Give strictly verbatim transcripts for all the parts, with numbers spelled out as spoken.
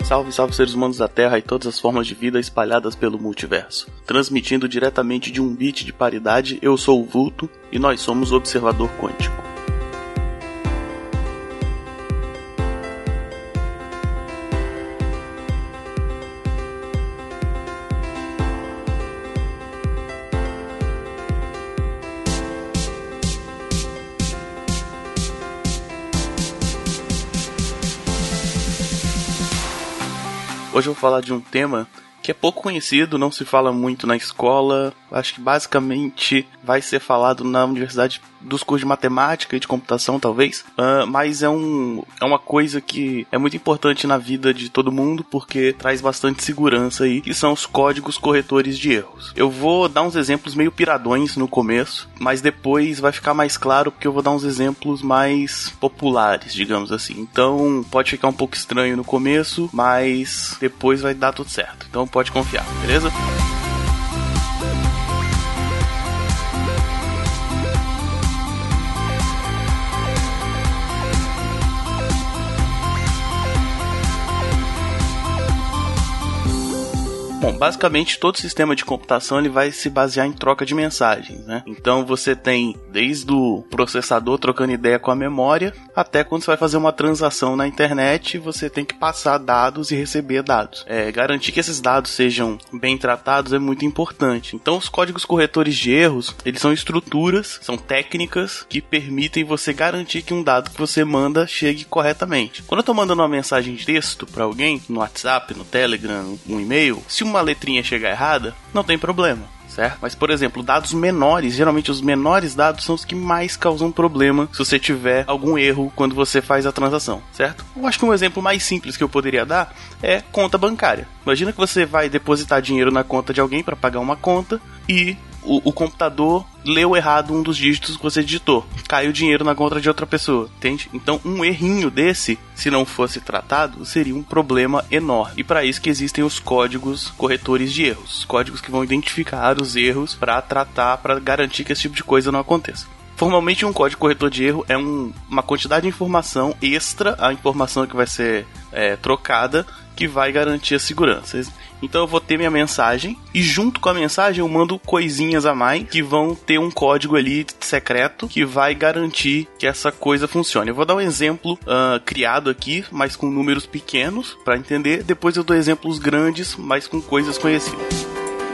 Salve, salve seres humanos da Terra e todas as formas de vida espalhadas pelo multiverso. Transmitindo diretamente de um bit de paridade, eu sou o Vulto e nós somos o Observador Quântico. Hoje eu vou falar de um tema que é pouco conhecido, não se fala muito na escola. Acho que basicamente vai ser falado na universidade dos cursos de matemática e de computação, talvez. Uh, mas é, um, é uma coisa que é muito importante na vida de todo mundo, porque traz bastante segurança aí, que são os códigos corretores de erros. Eu vou dar uns exemplos meio piradões no começo, mas depois vai ficar mais claro, porque eu vou dar uns exemplos mais populares, digamos assim. Então pode ficar um pouco estranho no começo, mas depois vai dar tudo certo. Então pode confiar, beleza? Bom, basicamente todo sistema de computação ele vai se basear em troca de mensagens, né? Então você tem desde o processador trocando ideia com a memória, até quando você vai fazer uma transação na internet, você tem que passar dados e receber dados. É, garantir que esses dados sejam bem tratados é muito importante. Então os códigos corretores de erros, eles são estruturas, são técnicas que permitem você garantir que um dado que você manda chegue corretamente. Quando eu estou mandando uma mensagem de texto para alguém, no WhatsApp, no Telegram, no e-mail, se uma letrinha chegar errada, não tem problema, certo? Mas, por exemplo, dados menores, geralmente os menores dados são os que mais causam problema se você tiver algum erro quando você faz a transação, certo? Eu acho que um exemplo mais simples que eu poderia dar é conta bancária. Imagina que você vai depositar dinheiro na conta de alguém para pagar uma conta e o, o computador leu errado um dos dígitos que você digitou. Caiu dinheiro na conta de outra pessoa, entende? Então um errinho desse, se não fosse tratado, seria um problema enorme. E para isso que existem os códigos corretores de erros. Os códigos que vão identificar os erros para tratar, para garantir que esse tipo de coisa não aconteça. Formalmente um código corretor de erro é um, uma quantidade de informação extra à informação que vai ser é, trocada, que vai garantir a segurança. Então eu vou ter minha mensagem e junto com a mensagem eu mando coisinhas a mais que vão ter um código ali secreto que vai garantir que essa coisa funcione. Eu vou dar um exemplo uh, criado aqui, mas com números pequenos para entender. Depois eu dou exemplos grandes, mas com coisas conhecidas.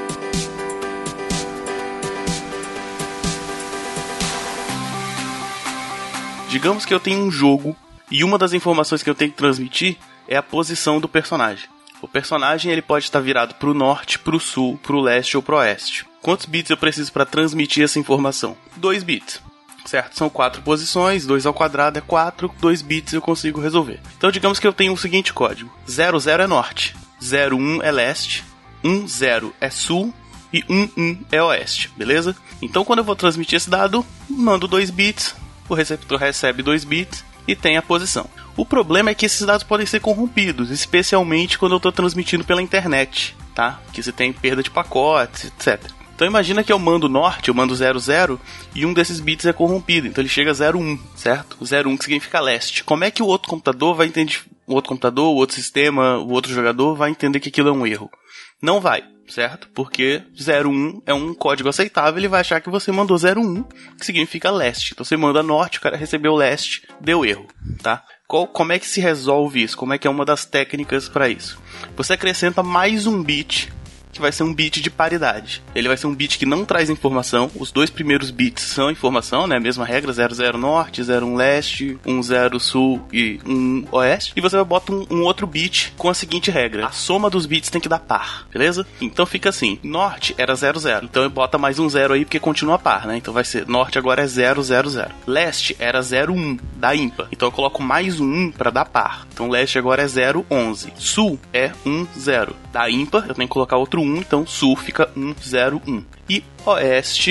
Digamos que eu tenho um jogo e uma das informações que eu tenho que transmitir é a posição do personagem. O personagem ele pode estar virado para o norte, para o sul, para o leste ou para o oeste. Quantos bits eu preciso para transmitir essa informação? dois bits, certo? São quatro posições, dois ao quadrado é quatro, dois bits eu consigo resolver. Então digamos que eu tenho o seguinte código: zero zero é norte, zero um é leste, um zero é sul e um um é oeste, beleza? Então quando eu vou transmitir esse dado, mando dois bits, o receptor recebe dois bits e tem a posição. O problema é que esses dados podem ser corrompidos, especialmente quando eu estou transmitindo pela internet, tá? Que você tem perda de pacotes, etcétera. Então imagina que eu mando norte, eu mando zero zero e um desses bits é corrompido, então ele chega a zero um, certo? O zero um que significa leste. Como é que o outro computador vai entender, o outro computador, o outro sistema, o outro jogador vai entender que aquilo é um erro? Não vai, certo? Porque zero um é um código aceitável, ele vai achar que você mandou zero um, que significa leste. Então você manda norte, o cara recebeu leste, deu erro, tá? Qual, como é que se resolve isso? Como é que é uma das técnicas para isso? Você acrescenta mais um bit, que vai ser um bit de paridade. Ele vai ser um bit que não traz informação. Os dois primeiros bits são informação, né? Mesma regra, zero zero norte, zero um leste, um zero sul e um oeste. E você vai botar um, um outro bit com a seguinte regra: a soma dos bits tem que dar par, beleza? Então fica assim, norte era zero zero. Então eu bota mais um zero aí porque continua par, né? Então vai ser, norte agora é zero zero zero. Leste era zero um, dá ímpar. Então eu coloco mais um um para dar par. Então leste agora é zero onze. Sul é um zero. Dá ímpar, eu tenho que colocar outro um, então sul fica um zero um. E oeste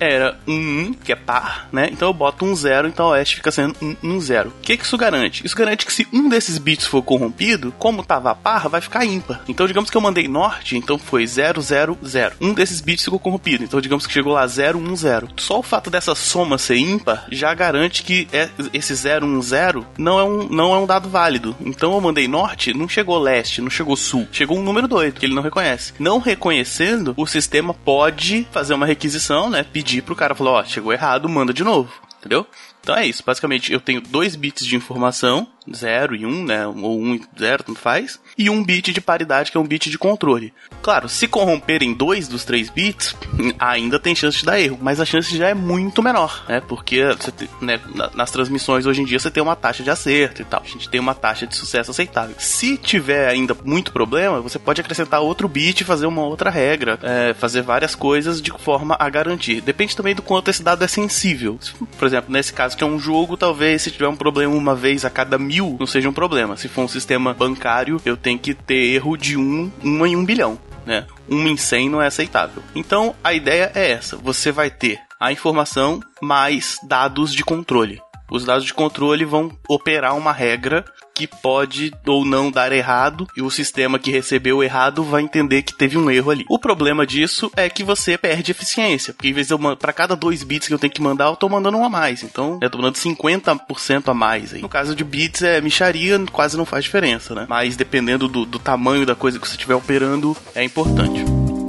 era um um, que é par, né? Então eu boto um zero, então a Oeste fica sendo um um zero. O que que isso garante? Isso garante que se um desses bits for corrompido, como tava par, vai ficar ímpar. Então digamos que eu mandei Norte, então foi zero zero zero. Um desses bits ficou corrompido, então digamos que chegou lá zero um zero. Só o fato dessa soma ser ímpar já garante que esse zero um zero não é um, não é um dado válido. Então eu mandei Norte, não chegou Leste, não chegou Sul. Chegou um número doido, que ele não reconhece. Não reconhecendo, o sistema pode fazer uma requisição, né? Pedir pro cara, falar, ó, chegou errado, manda de novo. Entendeu? Então é isso. Basicamente, eu tenho dois bits de informação, zero e um, né? Ou um e zero, tanto faz. E um bit de paridade, que é um bit de controle. Claro, se corromperem dois dos três bits, ainda tem chance de dar erro. Mas a chance já é muito menor, né? Porque você tem, né, nas transmissões hoje em dia você tem uma taxa de acerto e tal. A gente tem uma taxa de sucesso aceitável. Se tiver ainda muito problema, você pode acrescentar outro bit e fazer uma outra regra. É, fazer várias coisas de forma a garantir. Depende também do quanto esse dado é sensível. Por exemplo, nesse caso que é um jogo, talvez se tiver um problema uma vez a cada mil, não seja um problema. Se for um sistema bancário, eu tenho que ter erro de um, um em um bilhão, né? Um em cem não é aceitável. Então, a ideia é essa. Você vai ter a informação mais dados de controle. Os dados de controle vão operar uma regra que pode ou não dar errado, e o sistema que recebeu errado vai entender que teve um erro ali. O problema disso é que você perde eficiência, porque em vez de eu mandar, para cada dois bits que eu tenho que mandar, eu tô mandando um a mais. Então, eu tô mandando cinquenta por cento a mais aí. No caso de bits, é mixaria, quase não faz diferença, né? Mas dependendo do, do tamanho da coisa que você estiver operando, é importante.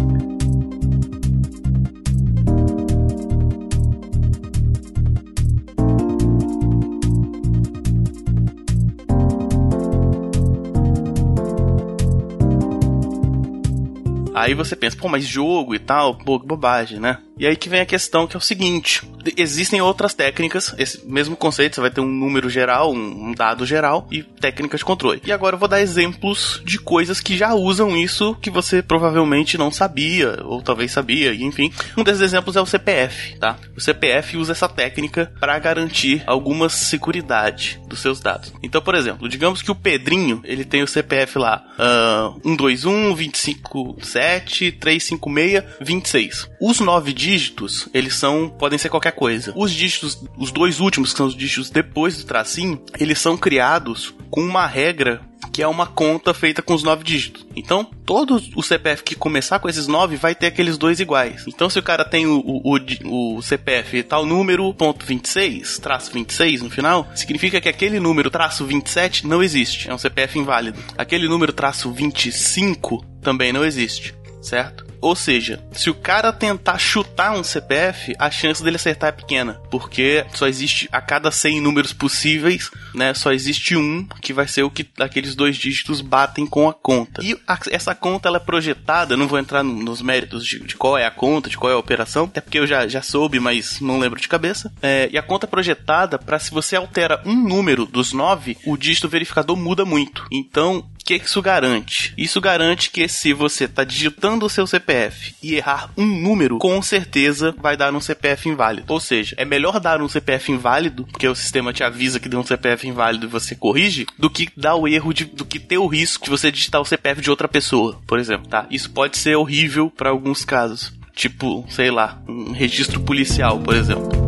Aí você pensa, pô, mas jogo e tal, pô, que bobagem, né? E aí que vem a questão, que é o seguinte: existem outras técnicas, esse mesmo conceito, você vai ter um número geral, um dado geral e técnicas de controle. E agora eu vou dar exemplos de coisas que já usam isso, que você provavelmente não sabia, ou talvez sabia, e enfim. Um desses exemplos é o C P F, tá? O C P F usa essa técnica para garantir alguma seguridade dos seus dados. Então, por exemplo, digamos que o Pedrinho, ele tem o C P F lá, uh, um dois um, dois cinco sete, três cinco seis, vinte e seis. Os nove dígitos, eles são, podem ser qualquer coisa. Os dígitos, os dois últimos, que são os dígitos depois do tracinho, eles são criados com uma regra que é uma conta feita com os nove dígitos. Então, todo o C P F que começar com esses nove vai ter aqueles dois iguais. Então, se o cara tem o, o, o, o C P F tal número, ponto vinte e seis, traço vinte e seis no final, significa que aquele número, traço vinte e sete, não existe. É um C P F inválido. Aquele número, traço vinte e cinco, também não existe, certo? Ou seja, se o cara tentar chutar um C P F, a chance dele acertar é pequena, porque só existe, a cada cem números possíveis, né, só existe um que vai ser o que aqueles dois dígitos batem com a conta. E a, essa conta, ela é projetada, não vou entrar nos méritos de, de qual é a conta, de qual é a operação, até porque eu já, já soube, mas não lembro de cabeça. É, e a conta é projetada para, se você altera um número dos nove, o dígito verificador muda muito. Então, o que isso garante? Isso garante que, se você está digitando o seu C P F e errar um número, com certeza vai dar um C P F inválido. Ou seja, é melhor dar um C P F inválido, porque o sistema te avisa que deu um C P F inválido e você corrige, do que dar o erro de, do que ter o risco de você digitar o C P F de outra pessoa, por exemplo, tá? Isso pode ser horrível para alguns casos. Tipo, sei lá, um registro policial, por exemplo.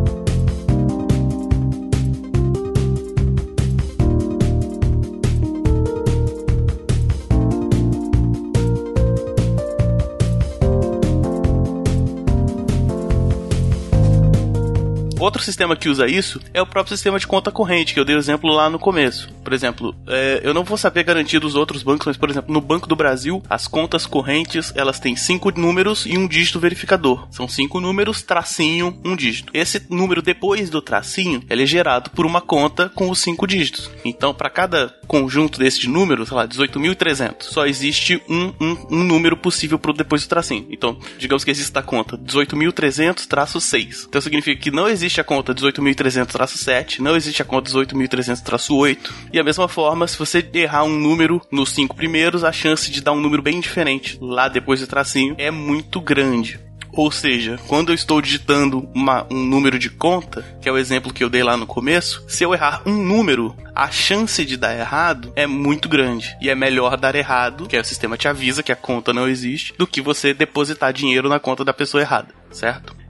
Outro sistema que usa isso é o próprio sistema de conta corrente, que eu dei o exemplo lá no começo. Por exemplo, é, eu não vou saber garantir dos outros bancos, mas, por exemplo, no Banco do Brasil, as contas correntes, elas têm cinco números e um dígito verificador. São cinco números, tracinho, um dígito. Esse número depois do tracinho, ele é gerado por uma conta com os cinco dígitos. Então, para cada conjunto desse de números, sei lá, dezoito mil e trezentos, só existe um, um, um número possível pro depois do tracinho. Então, digamos que existe a conta dezoito mil e trezentos traço seis. Então, significa que não existe a conta dezoito mil e trezentos traço sete, não existe a conta dezoito mil e trezentos traço oito. E a mesma forma, se você errar um número nos cinco primeiros, a chance de dar um número bem diferente lá depois do tracinho é muito grande. Ou seja, quando eu estou digitando uma, um número de conta, que é o exemplo que eu dei lá no começo, se eu errar um número, a chance de dar errado é muito grande. E é melhor dar errado, que é o sistema te avisa que a conta não existe, do que você depositar dinheiro na conta da pessoa errada, certo?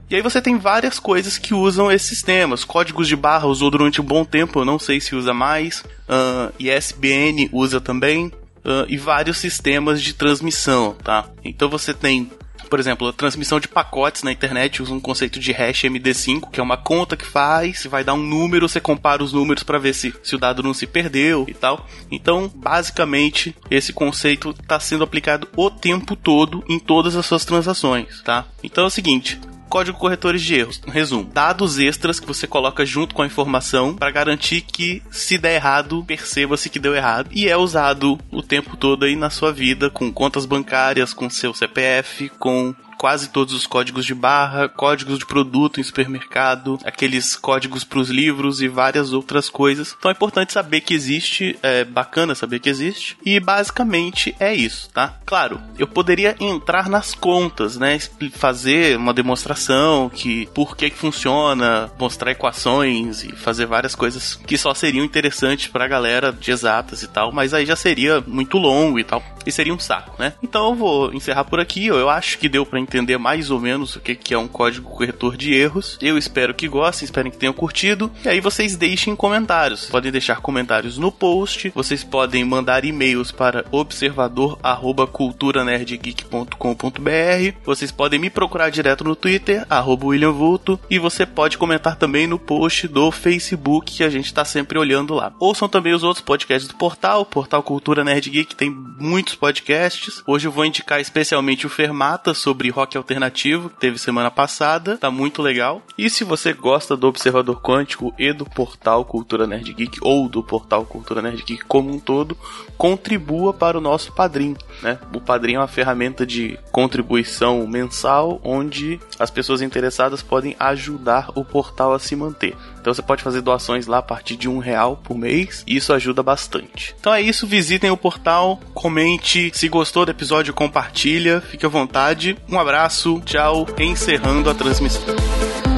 E aí você tem várias coisas que usam esses sistemas. Códigos de barra usou durante um bom tempo, eu não sei se usa mais. Uh, I S B N usa também. Uh, e vários sistemas de transmissão, tá? Então você tem, por exemplo, a transmissão de pacotes na internet usa um conceito de hash M D cinco, que é uma conta que faz, vai dar um número, você compara os números para ver se, se o dado não se perdeu e tal. Então, basicamente, esse conceito está sendo aplicado o tempo todo em todas as suas transações, tá? Então é o seguinte... Código corretores de erros. Resumo. Dados extras que você coloca junto com a informação para garantir que, se der errado, perceba-se que deu errado. E é usado o tempo todo aí na sua vida, com contas bancárias, com seu C P F, com quase todos os códigos de barra, códigos de produto em supermercado, aqueles códigos para os livros e várias outras coisas. Então é importante saber que existe, é bacana saber que existe. E basicamente é isso, tá? Claro, eu poderia entrar nas contas, né? Fazer uma demonstração que por que que funciona, mostrar equações e fazer várias coisas que só seriam interessantes pra galera de exatas e tal, mas aí já seria muito longo e tal, e seria um saco, né? Então eu vou encerrar por aqui. Eu acho que deu pra entender mais ou menos o que que é um código corretor de erros. Eu espero que gostem, espero que tenham curtido. E aí vocês deixem comentários. Podem deixar comentários no post. Vocês podem mandar e-mails para observador arroba cultura nerd geek ponto com ponto b r. Vocês podem me procurar direto no Twitter, arroba William Vulto. E você pode comentar também no post do Facebook, que a gente está sempre olhando lá. Ouçam também os outros podcasts do portal, Portal Cultura Nerd Geek, tem muitos podcasts. Hoje eu vou indicar especialmente o Fermata, sobre rock alternativo, que teve semana passada, tá muito legal. E se você gosta do Observador Quântico e do Portal Cultura Nerd Geek, ou do Portal Cultura Nerd Geek como um todo, contribua para o nosso Padrim, né? O Padrim é uma ferramenta de contribuição mensal, onde as pessoas interessadas podem ajudar o portal a se manter. Então você pode fazer doações lá a partir de um real por mês, e isso ajuda bastante. Então é isso, visitem o portal, comente, se gostou do episódio, compartilha, fique à vontade. Um abraço, tchau, encerrando a transmissão.